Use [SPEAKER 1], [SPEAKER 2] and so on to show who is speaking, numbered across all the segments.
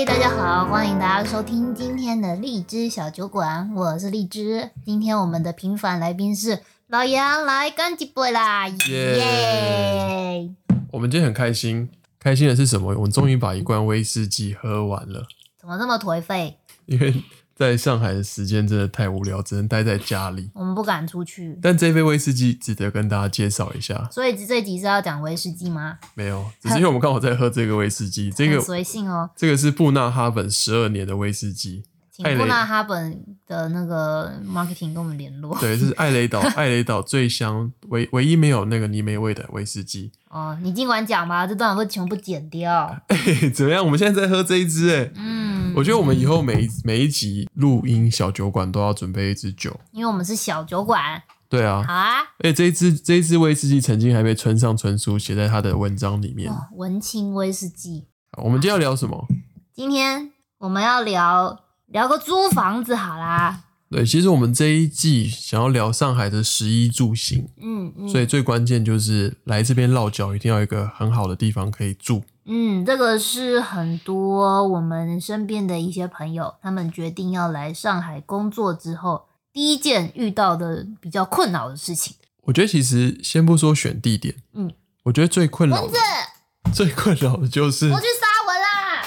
[SPEAKER 1] 大家好，欢迎大家收听今天的荔枝小酒馆，我是荔枝。今天我们的频繁来宾是老杨来干几杯啦，耶！
[SPEAKER 2] 我们今天很开心，开心的是什么？我们终于把一罐威士忌喝完了。
[SPEAKER 1] 怎么这么颓废？
[SPEAKER 2] 因为在上海的时间真的太无聊，只能待在家里。
[SPEAKER 1] 我们不敢出去。
[SPEAKER 2] 但这杯威士忌值得跟大家介绍一下。
[SPEAKER 1] 所以这集是要讲威士忌吗？
[SPEAKER 2] 没有，只是因为我们刚好在喝这个威士忌，这个
[SPEAKER 1] 很随性哦。
[SPEAKER 2] 这个是布纳哈本12年的威士忌。
[SPEAKER 1] 请布纳哈本的那个 marketing 跟我们联络。
[SPEAKER 2] 对，这是艾雷岛最香唯一没有那个泥煤味的威士忌。
[SPEAKER 1] 哦，你尽管讲吧，这段我会全部剪掉。
[SPEAKER 2] 怎么样？我们现在在喝这一支我觉得我们以后每一集录音小酒馆都要准备一支酒，
[SPEAKER 1] 因为我们是小酒馆。
[SPEAKER 2] 对啊，
[SPEAKER 1] 好啊。
[SPEAKER 2] 这一支威士忌曾经还被村上春树写在他的文章里面。
[SPEAKER 1] 文青威士忌。
[SPEAKER 2] 我们今天要聊什么？
[SPEAKER 1] 今天我们要聊个租房子好啦。
[SPEAKER 2] 对，其实我们这一季想要聊上海的食衣住行，所以最关键就是来这边落脚一定要有一个很好的地方可以住。
[SPEAKER 1] 这个是很多我们身边的一些朋友，他们决定要来上海工作之后，第一件遇到的比较困扰的事情。
[SPEAKER 2] 我觉得其实先不说选地点，我觉得最困扰的就是
[SPEAKER 1] 我去杀蚊啦，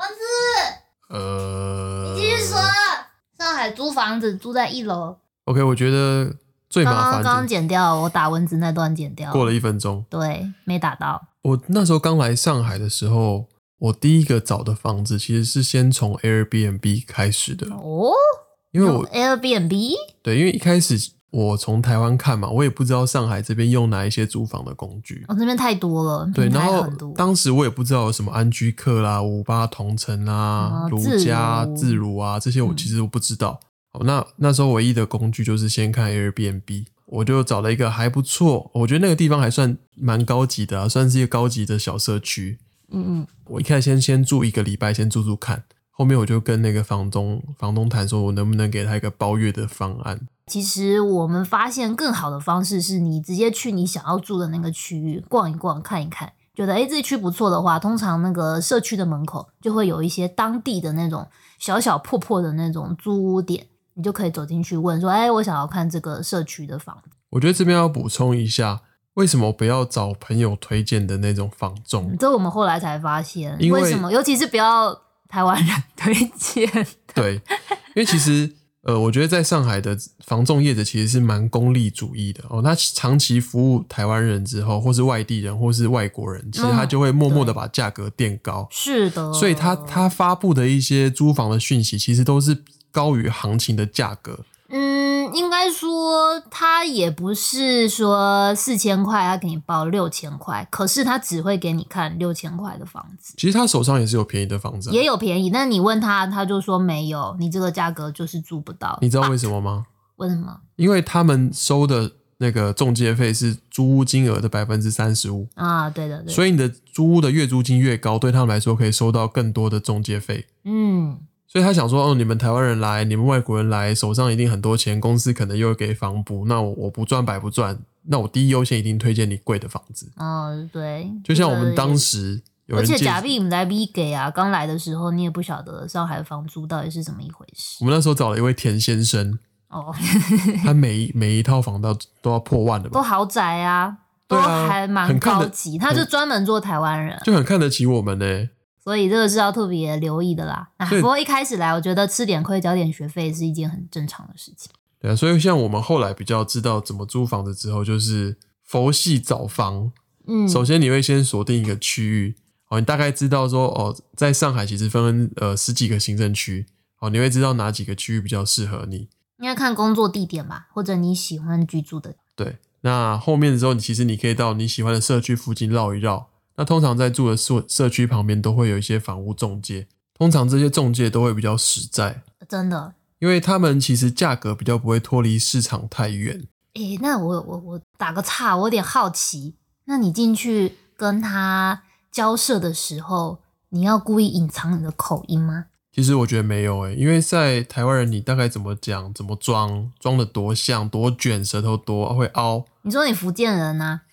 [SPEAKER 1] 蚊子。你继续说。上海租房子住在1楼。
[SPEAKER 2] OK， 我觉得最麻烦
[SPEAKER 1] 刚剪掉，我打蚊子那段剪掉。
[SPEAKER 2] 过了1分钟。
[SPEAKER 1] 对，没打到。
[SPEAKER 2] 我那时候刚来上海的时候，我第一个找的房子其实是先从 Airbnb 开始的。因为我
[SPEAKER 1] Airbnb？
[SPEAKER 2] 对，因为一开始我从台湾看嘛，我也不知道上海这边用哪一些租房的工具。
[SPEAKER 1] 这边太多了。
[SPEAKER 2] 对，然后当时我也不知道有什么安居客啦、58同城啦、如家、自如啊，这些我其实都不知道。那时候唯一的工具就是先看 Airbnb， 我就找了一个还不错，我觉得那个地方还算蛮高级的算是一个高级的小社区。我一开始先住1个礼拜，先住看，后面我就跟那个房东谈说，我能不能给他一个包月的方案。
[SPEAKER 1] 其实我们发现更好的方式是你直接去你想要住的那个区域逛一逛看一看，觉得这区不错的话，通常那个社区的门口就会有一些当地的那种小小破破的那种租屋点，你就可以走进去问说我想要看这个社区的房子。
[SPEAKER 2] 我觉得这边要补充一下，为什么不要找朋友推荐的那种房仲？
[SPEAKER 1] 这我们后来才发现，为什么尤其是不要台湾人推荐的。
[SPEAKER 2] 对，因为其实我觉得在上海的房仲业者其实是蛮功利主义的他长期服务台湾人之后，或是外地人或是外国人，其实他就会默默的把价格垫高。
[SPEAKER 1] 是的，
[SPEAKER 2] 所以他发布的一些租房的讯息其实都是高于行情的价格。
[SPEAKER 1] 应该说他也不是说4000块他给你报6000块，可是他只会给你看6000块的房子。
[SPEAKER 2] 其实他手上也是有便宜的房子
[SPEAKER 1] 也有便宜，但你问他就说没有，你这个价格就是租不到。
[SPEAKER 2] 你知道为什么吗？
[SPEAKER 1] 为什么？
[SPEAKER 2] 因为他们收的那个中介费是租屋金额的 35%
[SPEAKER 1] 对的。
[SPEAKER 2] 所以你的租屋的月租金越高，对他们来说可以收到更多的中介费。所以他想说你们台湾人来，你们外国人来，手上一定很多钱，公司可能又给房补，那我不赚白不赚，那我第一优先一定推荐你贵的房子。
[SPEAKER 1] 对，
[SPEAKER 2] 就像我们当时有人
[SPEAKER 1] 而且假币不来币给刚来的时候你也不晓得上海房租到底是怎么一回事。
[SPEAKER 2] 我们那时候找了一位田先生他每一套房都要破万的吧，
[SPEAKER 1] 都豪宅都还蛮高级，他就专门做台湾人，
[SPEAKER 2] 就很看得起我们
[SPEAKER 1] 所以这个是要特别留意的啦。不过一开始来我觉得吃点亏交点学费是一件很正常的事情。
[SPEAKER 2] 对所以像我们后来比较知道怎么租房子之后，就是佛系找房。首先你会先锁定一个区域你大概知道说在上海其实分10几个行政区你会知道哪几个区域比较适合你。
[SPEAKER 1] 应该看工作地点吧，或者你喜欢居住的。
[SPEAKER 2] 对，那后面的时候其实你可以到你喜欢的社区附近绕一绕。那通常在住的社区旁边都会有一些房屋中介，通常这些中介都会比较实在。
[SPEAKER 1] 真的，
[SPEAKER 2] 因为他们其实价格比较不会脱离市场太远。
[SPEAKER 1] 那我打个岔，我有点好奇，那你进去跟他交涉的时候，你要故意隐藏你的口音吗？
[SPEAKER 2] 其实我觉得没有因为在台湾人你大概怎么讲怎么装的多像多卷，舌头多会凹。
[SPEAKER 1] 你说你福建人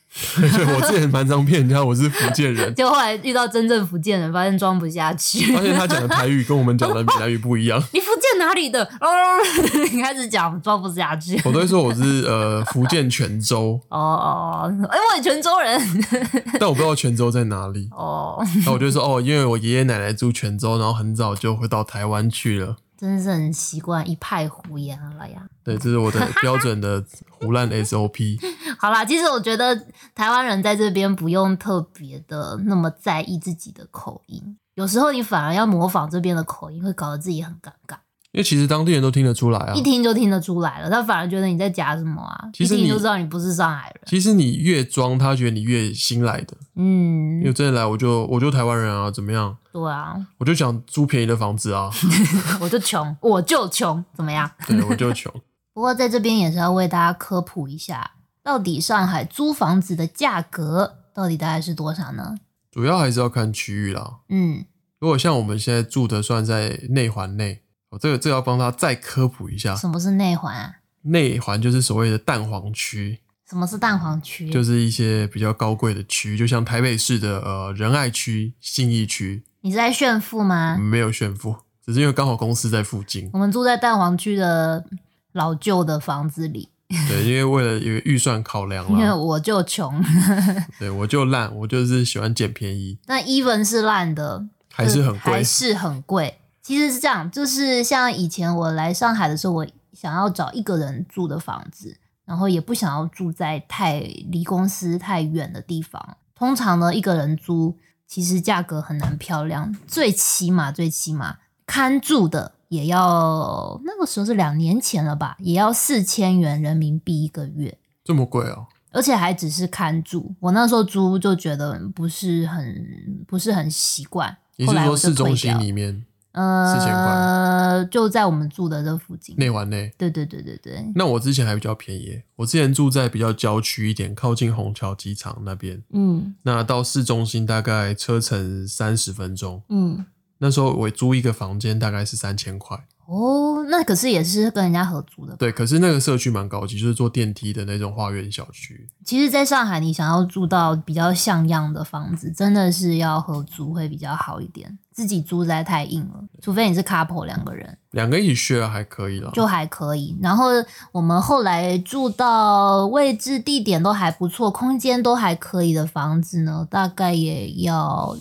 [SPEAKER 2] 我之前蛮常骗人家我是福建人，
[SPEAKER 1] 结果后来遇到真正福建人，发现装不下去，
[SPEAKER 2] 发现他讲的台语跟我们讲的闽南语不一样。
[SPEAKER 1] 你福建哪里的？你开始讲装不下去。
[SPEAKER 2] 我都会说我是福建泉州。
[SPEAKER 1] 我也泉州人，
[SPEAKER 2] 但我不知道泉州在哪里。然后我就说因为我爷爷奶奶住泉州，然后很早就回到台湾去了。
[SPEAKER 1] 真的是很习惯一派胡言了呀。
[SPEAKER 2] 对，这是我的标准的胡乱 SOP。
[SPEAKER 1] 好啦，其实我觉得台湾人在这边不用特别的那么在意自己的口音，有时候你反而要模仿这边的口音，会搞得自己很尴尬。
[SPEAKER 2] 因为其实当地人都听得出来啊，
[SPEAKER 1] 一听就听得出来了，他反而觉得你在假什么啊？一听就知道你不是上海人。
[SPEAKER 2] 其实你越装，他觉得你越新来的。因为真的来，我就台湾人啊，怎么样？
[SPEAKER 1] 对啊，
[SPEAKER 2] 我就想租便宜的房子啊。
[SPEAKER 1] 我就穷，怎么样？
[SPEAKER 2] 对，我就穷。
[SPEAKER 1] 不过在这边也是要为大家科普一下，到底上海租房子的价格到底大概是多少呢？
[SPEAKER 2] 主要还是要看区域啦。如果像我们现在住的算在内环内。这个要帮他再科普一下，
[SPEAKER 1] 什么是内环啊？
[SPEAKER 2] 内环就是所谓的蛋黄区。
[SPEAKER 1] 什么是蛋黄区？
[SPEAKER 2] 就是一些比较高贵的区，就像台北市的仁爱区、信义区。你
[SPEAKER 1] 是在炫富吗？
[SPEAKER 2] 没有炫富，只是因为刚好公司在附近。
[SPEAKER 1] 我们住在蛋黄区的老旧的房子里。
[SPEAKER 2] 对，因为为了有预算考量啦。
[SPEAKER 1] 因为我就穷。
[SPEAKER 2] 对，我就烂，我就是喜欢捡便宜。
[SPEAKER 1] 那 even 是烂的，
[SPEAKER 2] 还是很贵，
[SPEAKER 1] 还是很贵。其实是这样，就是像以前我来上海的时候，我想要找一个人住的房子，然后也不想要住在太离公司太远的地方。通常呢，一个人租其实价格很难漂亮，最起码看住的也要，那个时候是2年前了吧，也要4000元人民币一个月。
[SPEAKER 2] 这么贵哦？
[SPEAKER 1] 而且还只是看住，我那时候租就觉得不是很习惯。
[SPEAKER 2] 你是说市中心里面？4000块，
[SPEAKER 1] 就在我们住的这附近，
[SPEAKER 2] 内环内。
[SPEAKER 1] 对。
[SPEAKER 2] 那我之前还比较便宜，我之前住在比较郊区一点，靠近虹桥机场那边。那到市中心大概车程30分钟。那时候我租一个房间大概是3000块。
[SPEAKER 1] 那可是也是跟人家合租的吧？
[SPEAKER 2] 对，可是那个社区蛮高级，就是坐电梯的那种花园小区。
[SPEAKER 1] 其实在上海你想要住到比较像样的房子，真的是要合租会比较好一点，自己租实在太硬了，除非你是 couple 2个人，
[SPEAKER 2] 两个一起 share 还可以啦，
[SPEAKER 1] 就还可以。然后我们后来住到位置地点都还不错，空间都还可以的房子呢，大概也要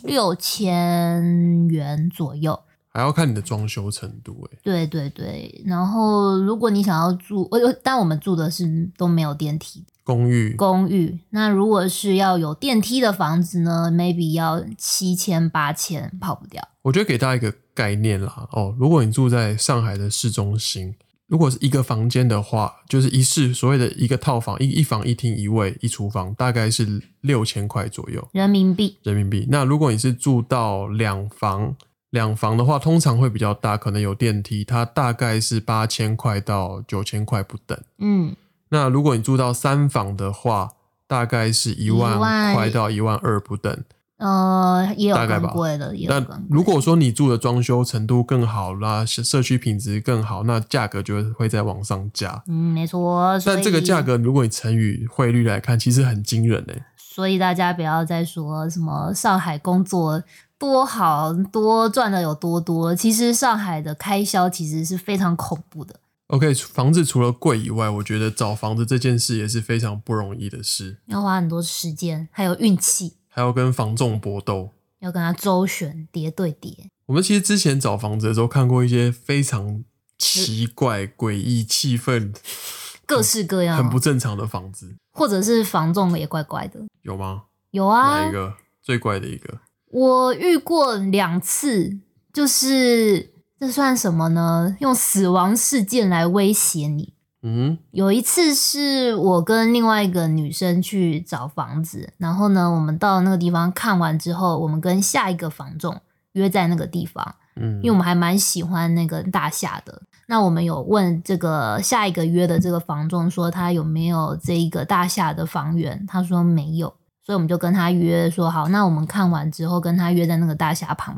[SPEAKER 1] 6000元左右，
[SPEAKER 2] 还要看你的装修程度。
[SPEAKER 1] 对。然后如果你想要住，但我们住的是都没有电梯
[SPEAKER 2] 公寓。
[SPEAKER 1] 那如果是要有电梯的房子呢 maybe 要7000、8000，跑不掉。
[SPEAKER 2] 我觉得给大家一个概念啦，如果你住在上海的市中心，如果是一个房间的话，就是一室，所谓的一个套房，一房一厅一卫一厨房，大概是6000块左右
[SPEAKER 1] 人民币。
[SPEAKER 2] 那如果你是住到两房的话，通常会比较大，可能有电梯，它大概是8000块到9000块不等。那如果你住到3房的话，大概是1万块到12000不等。
[SPEAKER 1] 也有更贵的，
[SPEAKER 2] 但如果说你住的装修程度更好啦，社区品质更好，那价格就会再往上加。
[SPEAKER 1] 没错。
[SPEAKER 2] 但这个价格如果你乘以汇率来看，其实很惊人。
[SPEAKER 1] 所以大家不要再说什么上海工作多好，多赚的有多多，其实上海的开销其实是非常恐怖的。
[SPEAKER 2] OK， 房子除了贵以外，我觉得找房子这件事也是非常不容易的事，
[SPEAKER 1] 要花很多时间，还有运气，
[SPEAKER 2] 还要跟房仲搏斗，
[SPEAKER 1] 要跟他周旋，叠对叠。
[SPEAKER 2] 我们其实之前找房子的时候看过一些非常奇怪、诡异、气氛
[SPEAKER 1] 各式各样、
[SPEAKER 2] 很不正常的房子，
[SPEAKER 1] 或者是房仲也怪怪的。
[SPEAKER 2] 有吗？
[SPEAKER 1] 有啊。
[SPEAKER 2] 哪一个最怪的一个？
[SPEAKER 1] 我遇过2次，就是这算什么呢？用死亡事件来威胁你。有一次是我跟另外一个女生去找房子，然后呢，我们到那个地方看完之后，我们跟下一个房仲约在那个地方。因为我们还蛮喜欢那个大厦的。那我们有问这个下一个约的这个房仲说他有没有这一个大厦的房源，他说没有，所以我们就跟他约说好，那我们看完之后跟他约在那个大厦旁边。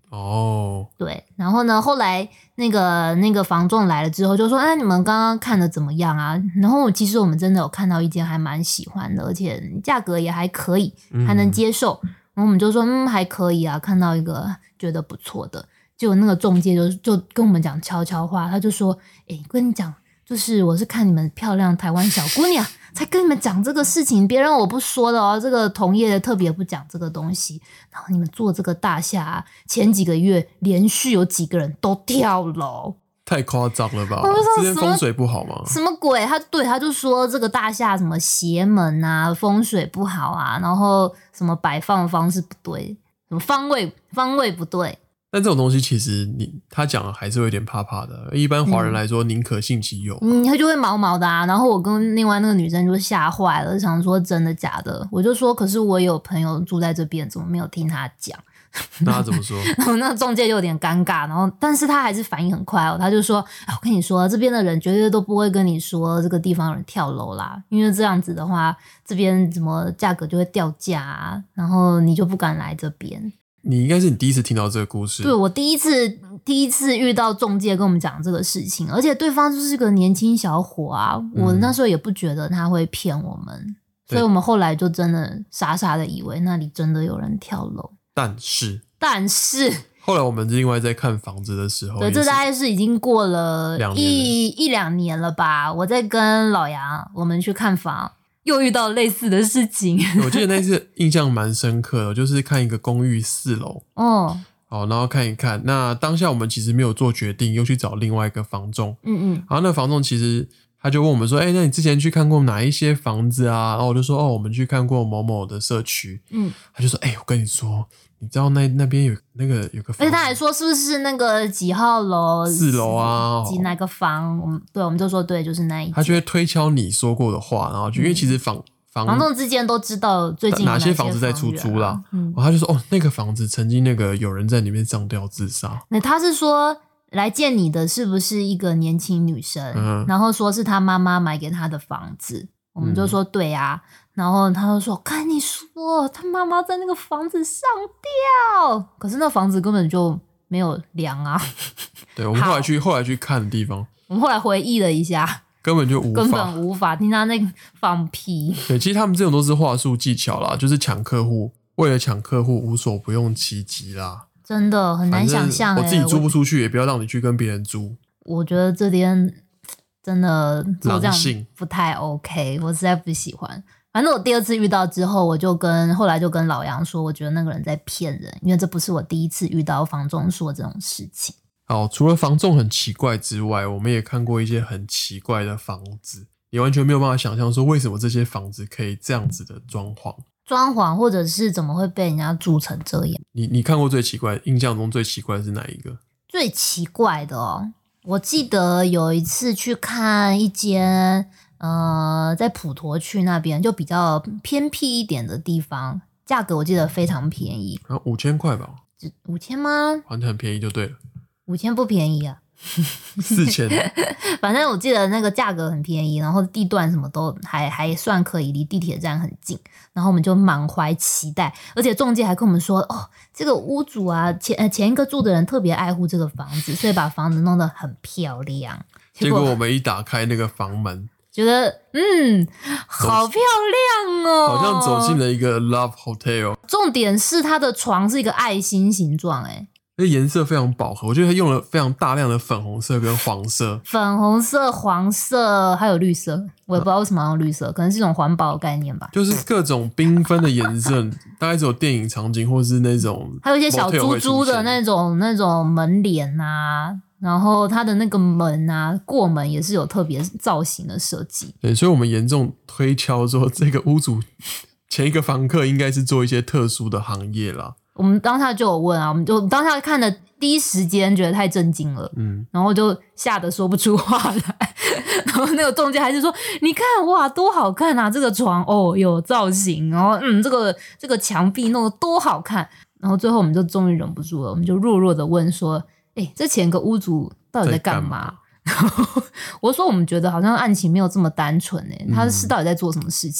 [SPEAKER 2] 哦，
[SPEAKER 1] 对，然后呢，后来那个房仲来了之后就说，你们刚刚看的怎么样啊？然后其实我们真的有看到一间还蛮喜欢的，而且价格也还可以，还能接受。然后我们就说还可以啊，看到一个觉得不错的。结果那个中介就跟我们讲悄悄话，他就说跟你讲，就是我是看你们漂亮台湾小姑娘才跟你们讲这个事情，别人我不说的哦，这个同业的特别不讲这个东西。然后你们做这个大厦前几个月连续有几个人都跳楼，
[SPEAKER 2] 太夸张了吧？这边风水不好吗？
[SPEAKER 1] 什么鬼？他就说这个大厦什么邪门啊，风水不好啊，然后什么摆放的方式不对，什么方位不对。
[SPEAKER 2] 但这种东西其实他讲的还是会有点怕怕的。一般华人来说，宁可信其有。
[SPEAKER 1] 他就会毛毛的啊。然后我跟另外那个女生就吓坏了，想说真的假的？我就说，可是我有朋友住在这边，怎么没有听他讲？
[SPEAKER 2] 那他怎么说？
[SPEAKER 1] 然后那个中介就有点尴尬，然后但是他还是反应很快哦，他就说：“我跟你说，这边的人绝对都不会跟你说这个地方有人跳楼啦，因为这样子的话，这边怎么价格就会掉价啊，然后你就不敢来这边。”
[SPEAKER 2] 你应该是你第一次听到这个故事。
[SPEAKER 1] 对，我第一次遇到中介跟我们讲这个事情，而且对方就是个年轻小伙啊，我那时候也不觉得他会骗我们，所以我们后来就真的傻傻的以为那里真的有人跳楼。但是
[SPEAKER 2] 后来我们另外在看房子的时候，
[SPEAKER 1] 对，这大概是已经过了一两年了吧。我在跟老杨我们去看房，又遇到类似的事情。
[SPEAKER 2] 我记得那次印象蛮深刻的，就是看一个公寓4楼然后看一看。那当下我们其实没有做决定，又去找另外一个房仲。然后那房仲其实他就问我们说：“那你之前去看过哪一些房子啊？”然后我就说：“我们去看过某某的社区。”他就说：“我跟你说，你知道那边有个房子，
[SPEAKER 1] 而且他还说是不是那个几号楼
[SPEAKER 2] 4楼啊，
[SPEAKER 1] 几哪个房？我们就说对，就是那一间。
[SPEAKER 2] 他就会推敲你说过的话，然后因为其实房
[SPEAKER 1] 仲之间都知道最近有
[SPEAKER 2] 哪些房子在出租啦。他就说那个房子曾经有人在里面上吊自杀。
[SPEAKER 1] 那他是说来见你的是不是一个年轻女生？然后说是他妈妈买给他的房子。我们就说对啊。然后他就说：“我跟你说，他妈妈在那个房子上吊，可是那房子根本就没有梁啊。”
[SPEAKER 2] 对，我们后来去看的地方，
[SPEAKER 1] 我们后来回忆了一下，
[SPEAKER 2] 根本
[SPEAKER 1] 无法听他那个放屁。
[SPEAKER 2] 对，其实他们这种都是话术技巧啦，就是抢客户，为了抢客户无所不用其极啦。
[SPEAKER 1] 真的很难想象。
[SPEAKER 2] 我自己租不出去，也不要让你去跟别人租。
[SPEAKER 1] 我觉得这边真的做这样不太 OK， 我实在不喜欢。反正我第二次遇到之后，后来就跟老杨说，我觉得那个人在骗人，因为这不是我第一次遇到房仲说这种事情。
[SPEAKER 2] 好，除了房仲很奇怪之外，我们也看过一些很奇怪的房子，也完全没有办法想象说为什么这些房子可以这样子的装潢，
[SPEAKER 1] 或者是怎么会被人家住成这样。
[SPEAKER 2] 你看过最奇怪，印象中最奇怪的是哪一个？
[SPEAKER 1] 最奇怪的我记得有一次去看一间在普陀区那边就比较偏僻一点的地方，价格我记得非常便宜
[SPEAKER 2] ，5000块吧
[SPEAKER 1] ？5000吗？
[SPEAKER 2] 反正很便宜就对了。
[SPEAKER 1] 5000不便宜啊
[SPEAKER 2] ，4000。
[SPEAKER 1] 反正我记得那个价格很便宜，然后地段什么都还算可以，离地铁站很近。然后我们就满怀期待，而且中介还跟我们说，这个屋主啊，前一个住的人特别爱护这个房子，所以把房子弄得很漂亮。
[SPEAKER 2] 结果我们一打开那个房门，
[SPEAKER 1] 觉得好漂亮哦，
[SPEAKER 2] 好像走进了一个 Love Hotel。
[SPEAKER 1] 重点是它的床是一个爱心形状，
[SPEAKER 2] 那颜色非常饱和，我觉得它用了非常大量的粉红色跟黄色，
[SPEAKER 1] 黄色还有绿色，我也不知道为什么要用绿色，可能是一种环保的概念吧。
[SPEAKER 2] 就是各种缤纷的颜色，大概只有电影场景或是那种，
[SPEAKER 1] 还有一些小猪猪的那种门帘啊。然后它的那个门啊，过门也是有特别造型的设计。
[SPEAKER 2] 对，所以我们严重推敲说，这个屋主前一个房客应该是做一些特殊的行业啦。
[SPEAKER 1] 我们当下就有问啊，我们就当下看的第一时间觉得太震惊了，然后就吓得说不出话来。然后那个中介还是说：“你看哇，多好看啊！这个床有造型，然后这个墙壁弄得多好看。”然后最后我们就终于忍不住了，我们就弱弱的问说：“这前个屋主到底在干嘛？”然后我说：“我们觉得好像案情没有这么单纯他是到底在做什么事情？”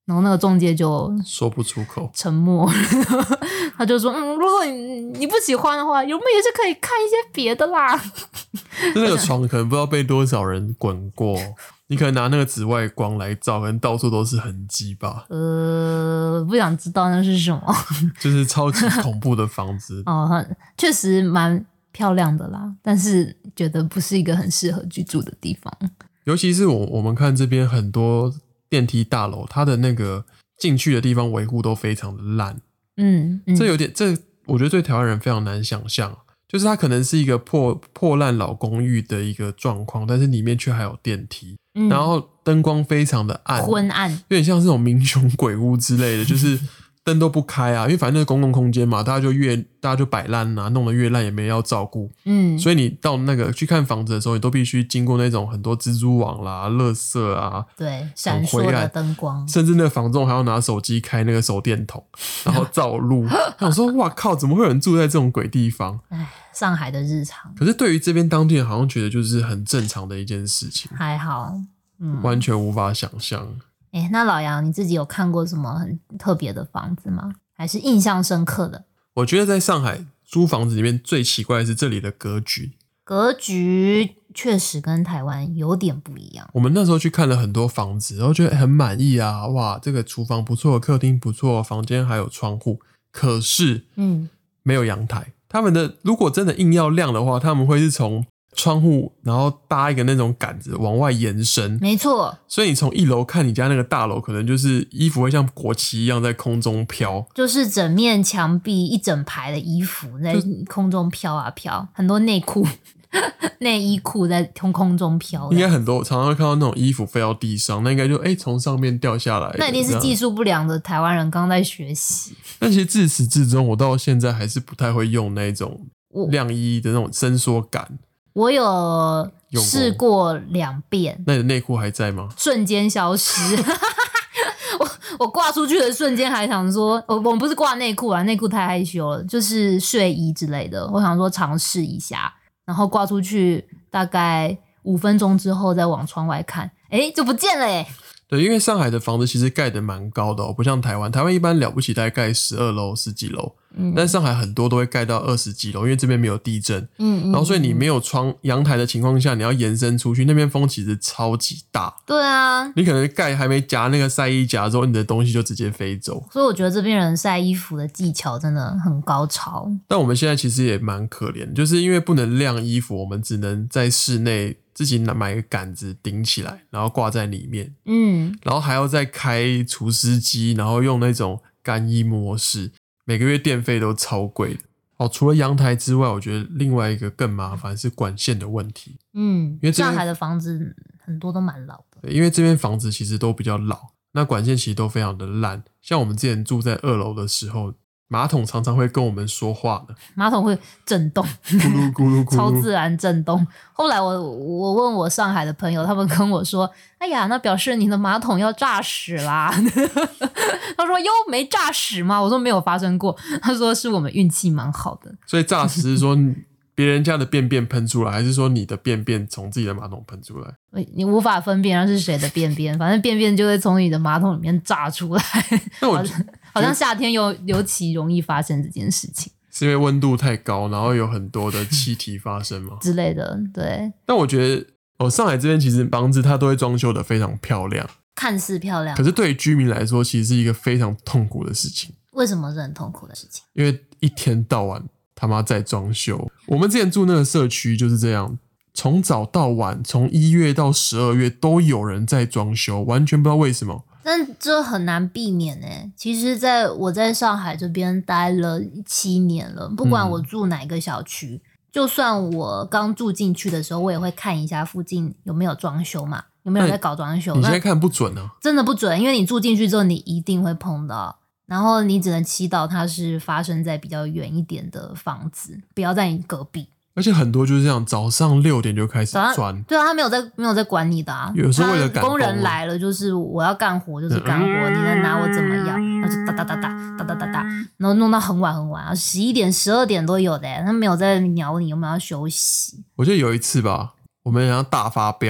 [SPEAKER 1] 然后那个中介就
[SPEAKER 2] 说不出口，
[SPEAKER 1] 沉默。他就说如果你不喜欢的话，我们也是可以看一些别的啦。
[SPEAKER 2] 那个床可能不知道被多少人滚过，你可能拿那个紫外光来照，可能到处都是痕迹吧。
[SPEAKER 1] 不想知道那是什么。
[SPEAKER 2] 就是超级恐怖的房子。
[SPEAKER 1] 确实蛮漂亮的啦，但是觉得不是一个很适合居住的地方。
[SPEAKER 2] 尤其是我们看这边很多电梯大楼，它的那个进去的地方维护都非常的烂。这我觉得对台湾人非常难想象，就是它可能是一个破烂老公寓的一个状况，但是里面却还有电梯，然后灯光非常的暗，
[SPEAKER 1] 昏暗，有
[SPEAKER 2] 点像这种民雄鬼屋之类的，就是灯都不开啊，因为反正那是公共空间嘛，大家就摆烂啊，弄得越烂也没人要照顾。所以你到那个去看房子的时候，你都必须经过那种很多蜘蛛网啦、垃圾啊，
[SPEAKER 1] 对，闪烁的灯光，
[SPEAKER 2] 甚至那个房仲还要拿手机开那个手电筒，然后照路。我说哇靠，怎么会有人住在这种鬼地方？
[SPEAKER 1] 上海的日常。
[SPEAKER 2] 可是对于这边当地人，好像觉得就是很正常的一件事情，
[SPEAKER 1] 还好，
[SPEAKER 2] 完全无法想象。
[SPEAKER 1] 那老杨，你自己有看过什么很特别的房子吗？还是印象深刻的？
[SPEAKER 2] 我觉得在上海租房子里面最奇怪的是这里的格局。
[SPEAKER 1] 格局确实跟台湾有点不一样。
[SPEAKER 2] 我们那时候去看了很多房子，然后觉得很满意啊，哇，这个厨房不错，客厅不错，房间还有窗户，可是没有阳台。他们的如果真的硬要亮的话，他们会是从窗户然后搭一个那种杆子往外延伸，
[SPEAKER 1] 没错。
[SPEAKER 2] 所以你从一楼看你家那个大楼，可能就是衣服会像国旗一样在空中飘，
[SPEAKER 1] 就是整面墙壁一整排的衣服在空中飘啊飘，很多内裤内衣裤在空中飘。
[SPEAKER 2] 应该很多常常会看到那种衣服飞到地上，那应该就从上面掉下来的。
[SPEAKER 1] 那一定是技术不良的台湾人刚在学习。
[SPEAKER 2] 但其实自始至终我到现在还是不太会用那种晾衣的那种伸缩杆。
[SPEAKER 1] 我有试过2遍。
[SPEAKER 2] 那你的内裤还在吗？
[SPEAKER 1] 瞬间消失。我挂出去的瞬间还想说，我们不是挂内裤啊，内裤太害羞了，就是睡衣之类的。我想说尝试一下，然后挂出去大概5分钟之后再往窗外看，就不见了
[SPEAKER 2] 对，因为上海的房子其实盖得蛮高的不像台湾，台湾一般了不起大概盖12楼、10几楼，但上海很多都会盖到20几楼，因为这边没有地震，然后所以你没有阳台的情况下，你要延伸出去，那边风其实超级大。
[SPEAKER 1] 对啊，
[SPEAKER 2] 你可能盖还没夹那个晒衣夹之后，你的东西就直接飞走。
[SPEAKER 1] 所以我觉得这边人晒衣服的技巧真的很高超。
[SPEAKER 2] 但我们现在其实也蛮可怜，就是因为不能晾衣服，我们只能在室内自己买个杆子顶起来，然后挂在里面，然后还要再开除湿机，然后用那种干衣模式，每个月电费都超贵的。除了阳台之外，我觉得另外一个更麻烦是管线的问题。因为
[SPEAKER 1] 上海的房子很多都蛮老的，
[SPEAKER 2] 因为这边房子其实都比较老，那管线其实都非常的烂。像我们之前住在2楼的时候，马桶常常会跟我们说话的，
[SPEAKER 1] 马桶会震动，
[SPEAKER 2] 咕噜咕噜咕噜，
[SPEAKER 1] 超自然震动。后来我问我上海的朋友，他们跟我说：“哎呀，那表示你的马桶要炸屎啦。”他说：“哟，没炸屎吗？”我说：“没有发生过。”他说：“是我们运气蛮好的。”
[SPEAKER 2] 所以炸屎是说别人家的便便喷出来，还是说你的便便从自己的马桶喷出来？
[SPEAKER 1] 你无法分辨那是谁的便便，反正便便就会从你的马桶里面炸出来。好像夏天尤其容易发生这件事情，
[SPEAKER 2] 是因为温度太高，然后有很多的气体发生吗？
[SPEAKER 1] 之类的，对。
[SPEAKER 2] 但我觉得上海这边其实房子它都会装修的非常漂亮，
[SPEAKER 1] 看似漂亮，
[SPEAKER 2] 可是对于居民来说，其实是一个非常痛苦的事情。
[SPEAKER 1] 为什么是很痛苦的事情？
[SPEAKER 2] 因为一天到晚他妈在装修。我们之前住那个社区就是这样，从早到晚，从1月到12月都有人在装修，完全不知道为什么。
[SPEAKER 1] 但这很难避免其实我在上海这边待了7年了，不管我住哪个小区，就算我刚住进去的时候，我也会看一下附近有没有装修嘛，有没有在搞装修。
[SPEAKER 2] 你现在看不准啊，
[SPEAKER 1] 真的不准，因为你住进去之后你一定会碰到，然后你只能祈祷它是发生在比较远一点的房子，不要在你隔壁。
[SPEAKER 2] 而且很多就是这样，早上6点就开始钻。
[SPEAKER 1] 对啊，他没有在管你的啊。
[SPEAKER 2] 有时候为了赶
[SPEAKER 1] 工人来了，就是我要干活就是干活，你能拿我怎么样？然后就哒哒哒哒哒哒哒哒，然后弄到很晚很晚，11点、12点都有他没有在鸟你有没有要休息。
[SPEAKER 2] 我记得有一次吧，我们好像大发飙，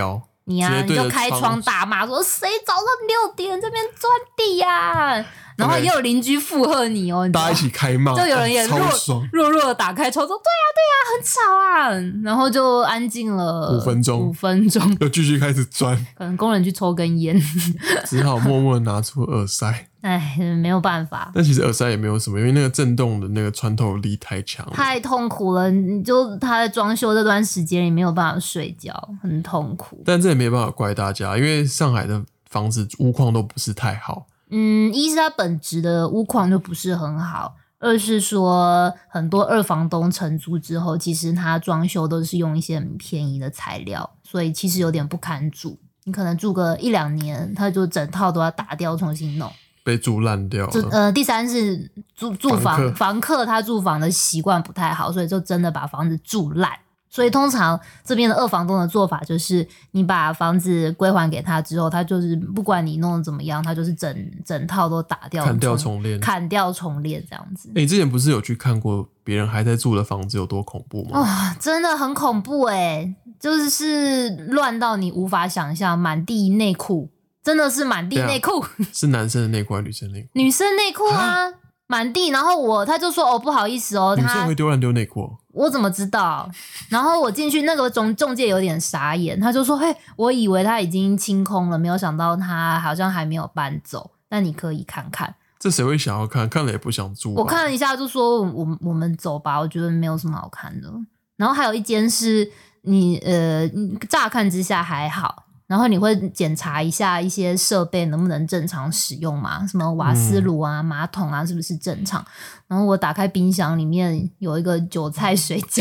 [SPEAKER 1] 你啊，你就开窗大骂说谁早上6点这边钻地呀、然后也有邻居附和你哦，
[SPEAKER 2] 大家一起开骂，
[SPEAKER 1] 就有人也弱的打开窗说对呀、很吵啊，然后就安静了5分钟，
[SPEAKER 2] 又继续开始钻，
[SPEAKER 1] 可能工人去抽根烟，
[SPEAKER 2] 只好默默拿出耳塞。
[SPEAKER 1] 哎，没有办法。
[SPEAKER 2] 但其实耳塞也没有什么，因为那个震动的那个穿透力太强了，
[SPEAKER 1] 太痛苦了。你就他在装修这段时间，你没有办法睡觉，很痛苦。
[SPEAKER 2] 但这也没办法怪大家，因为上海的房子屋况都不是太好。
[SPEAKER 1] 一是它本质的屋况就不是很好，二是说很多二房东承租之后，其实他装修都是用一些很便宜的材料，所以其实有点不堪住。你可能住个1-2年，他就整套都要打掉重新弄。
[SPEAKER 2] 被住烂掉了。
[SPEAKER 1] 第三是房客他住房的习惯不太好，所以就真的把房子住烂。所以通常这边的二房东的做法就是，你把房子归还给他之后，他就是不管你弄得怎么样，他就是整套都打掉，
[SPEAKER 2] 砍掉重
[SPEAKER 1] 练这样子。
[SPEAKER 2] 之前不是有去看过别人还在住的房子有多恐怖吗？
[SPEAKER 1] 真的很恐怖就是乱到你无法想象，满地内裤。真的是满地内裤，
[SPEAKER 2] 是男生的内裤还是女生内裤？
[SPEAKER 1] 女生内裤啊，满地。然后他就说不好意思女
[SPEAKER 2] 生会丢内裤
[SPEAKER 1] 我怎么知道？然后我进去，那个中介有点傻眼，他就说我以为他已经清空了，没有想到他好像还没有搬走，但你可以看看。
[SPEAKER 2] 这谁会想要看？看了也不想住。
[SPEAKER 1] 我看了一下就说我们走吧，我觉得没有什么好看的。然后还有一间是你乍看之下还好，然后你会检查一下一些设备能不能正常使用嘛，什么瓦斯炉啊、马桶啊是不是正常。然后我打开冰箱，里面有一个韭菜水饺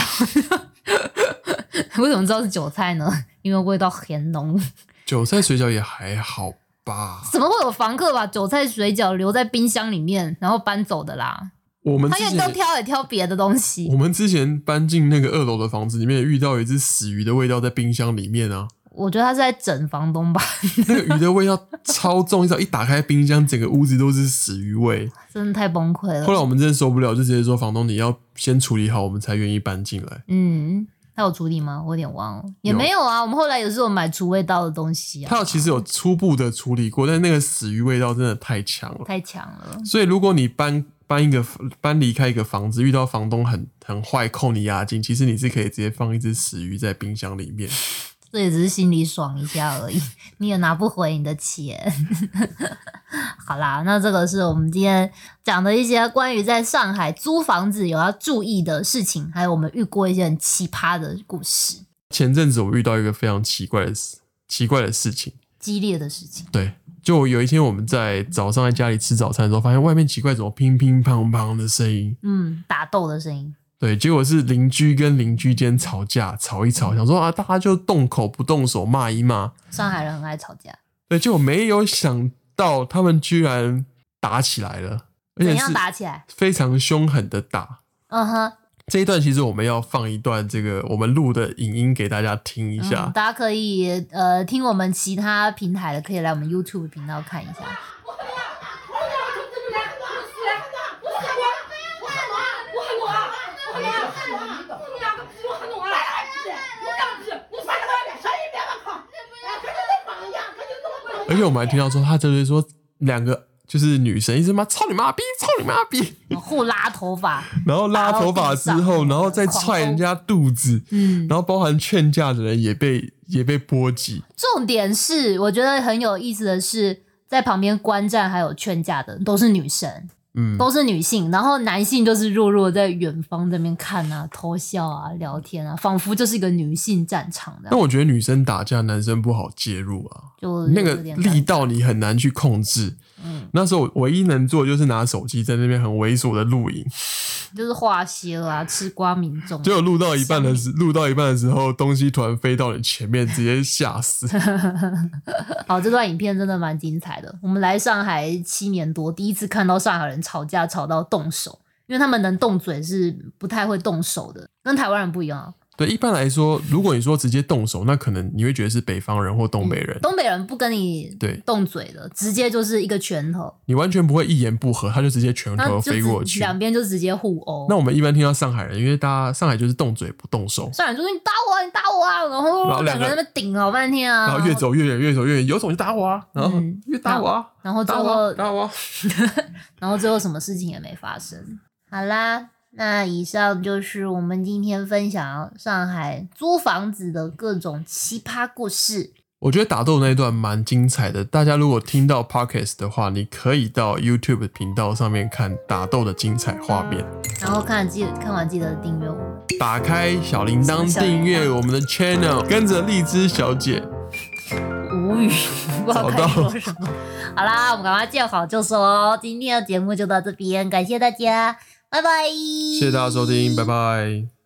[SPEAKER 1] 为什么知道是韭菜呢？因为味道很浓。
[SPEAKER 2] 韭菜水饺也还好吧，
[SPEAKER 1] 怎么会有房客把韭菜水饺留在冰箱里面然后搬走的啦？他也都挑别的东西。
[SPEAKER 2] 我们之前搬进那个2楼的房子里面，遇到一只死鱼的味道在冰箱里面啊。
[SPEAKER 1] 我觉得他是在整房东吧。
[SPEAKER 2] 那个鱼的味道超重，一打开冰箱，整个屋子都是死鱼味，
[SPEAKER 1] 真的太崩溃了。
[SPEAKER 2] 后来我们真的受不了，就直接说房东你要先处理好，我们才愿意搬进来。
[SPEAKER 1] 他有处理吗？我有点忘了。也没有啊，我们后来也是有买除味道的东西啊。
[SPEAKER 2] 他其实有初步的处理过，但那个死鱼味道真的太强了，所以如果你搬离开一个房子，遇到房东很坏扣你押金，其实你是可以直接放一只死鱼在冰箱里面。
[SPEAKER 1] 这也只是心里爽一下而已，你也拿不回你的钱。好啦，那这个是我们今天讲的一些关于在上海租房子有要注意的事情，还有我们遇过一些很奇葩的故事。
[SPEAKER 2] 前阵子我遇到一个非常奇怪的事情，
[SPEAKER 1] 激烈的事情。
[SPEAKER 2] 对，就有一天我们在早上在家里吃早餐的时候，发现外面奇怪怎么乒乒乓乓的声音，
[SPEAKER 1] 打斗的声音。
[SPEAKER 2] 对，结果是邻居跟邻居间吵架，吵一吵，想说大家就动口不动手骂一骂。
[SPEAKER 1] 上海人很爱吵架。
[SPEAKER 2] 对，结果没有想到他们居然打起来了，而且
[SPEAKER 1] 怎样打起来？
[SPEAKER 2] 非常凶狠的打。这一段其实我们要放一段这个我们录的影音给大家听一下。
[SPEAKER 1] 大家可以听我们其他平台的，可以来我们 YouTube 频道看一下。
[SPEAKER 2] 而且我们还听到说，他就是说2个就是女生一直骂操你妈逼，操你妈逼，
[SPEAKER 1] 互拉头发，
[SPEAKER 2] 然后拉头发之后，然后再踹人家肚子，然后包含劝架的人也被波及。
[SPEAKER 1] 重点是，我觉得很有意思的是，在旁边观战还有劝架的都是女生。都是女性，然后男性就是弱弱在远方这边看啊、偷笑啊、聊天啊，仿佛就是一个女性战场。
[SPEAKER 2] 但我觉得女生打架，男生不好介入啊，
[SPEAKER 1] 就
[SPEAKER 2] 那个力道你很难去控制。那时候我唯一能做的就是拿手机在那边很猥琐的录影，
[SPEAKER 1] 就是画蝎啊、吃瓜民众。
[SPEAKER 2] 结果录到一半的时候，东西突然飞到你前面，直接吓死。
[SPEAKER 1] 好，这段影片真的蛮精彩的。我们来上海7年多，第一次看到上海人吵架吵到动手，因为他们能动嘴是不太会动手的，跟台湾人不一样。
[SPEAKER 2] 对，一般来说，如果你说直接动手，那可能你会觉得是北方人或东北人。
[SPEAKER 1] 东北人不跟你动嘴的，直接就是一个拳头，
[SPEAKER 2] 你完全不会一言不合，他就直接拳头飞过去，
[SPEAKER 1] 两边就直接互殴。
[SPEAKER 2] 那我们一般听到上海人，因为大家上海就是动嘴不动手，
[SPEAKER 1] 上海就是你打我啊，你打我啊，然后两个人在那边顶好半天啊，
[SPEAKER 2] 然后越走越远，越走越远，有种就打我啊，然后越打我啊，
[SPEAKER 1] 然后最后
[SPEAKER 2] 打我，
[SPEAKER 1] 然后最后什么事情也没发生。好啦。那以上就是我们今天分享上海租房子的各种奇葩故事。
[SPEAKER 2] 我觉得打斗那一段蛮精彩的，大家如果听到 Podcast 的话，你可以到 YouTube 频道上面看打斗的精彩画面，
[SPEAKER 1] 然后看完记得订阅我们，
[SPEAKER 2] 打开小铃铛订阅我们的 channel， 跟着荔枝小姐。
[SPEAKER 1] 无语，不知道该说什么。好啦，我们赶快见好就收哦。今天的节目就到这边，感谢大家。拜拜，
[SPEAKER 2] 谢谢大家收听，拜拜。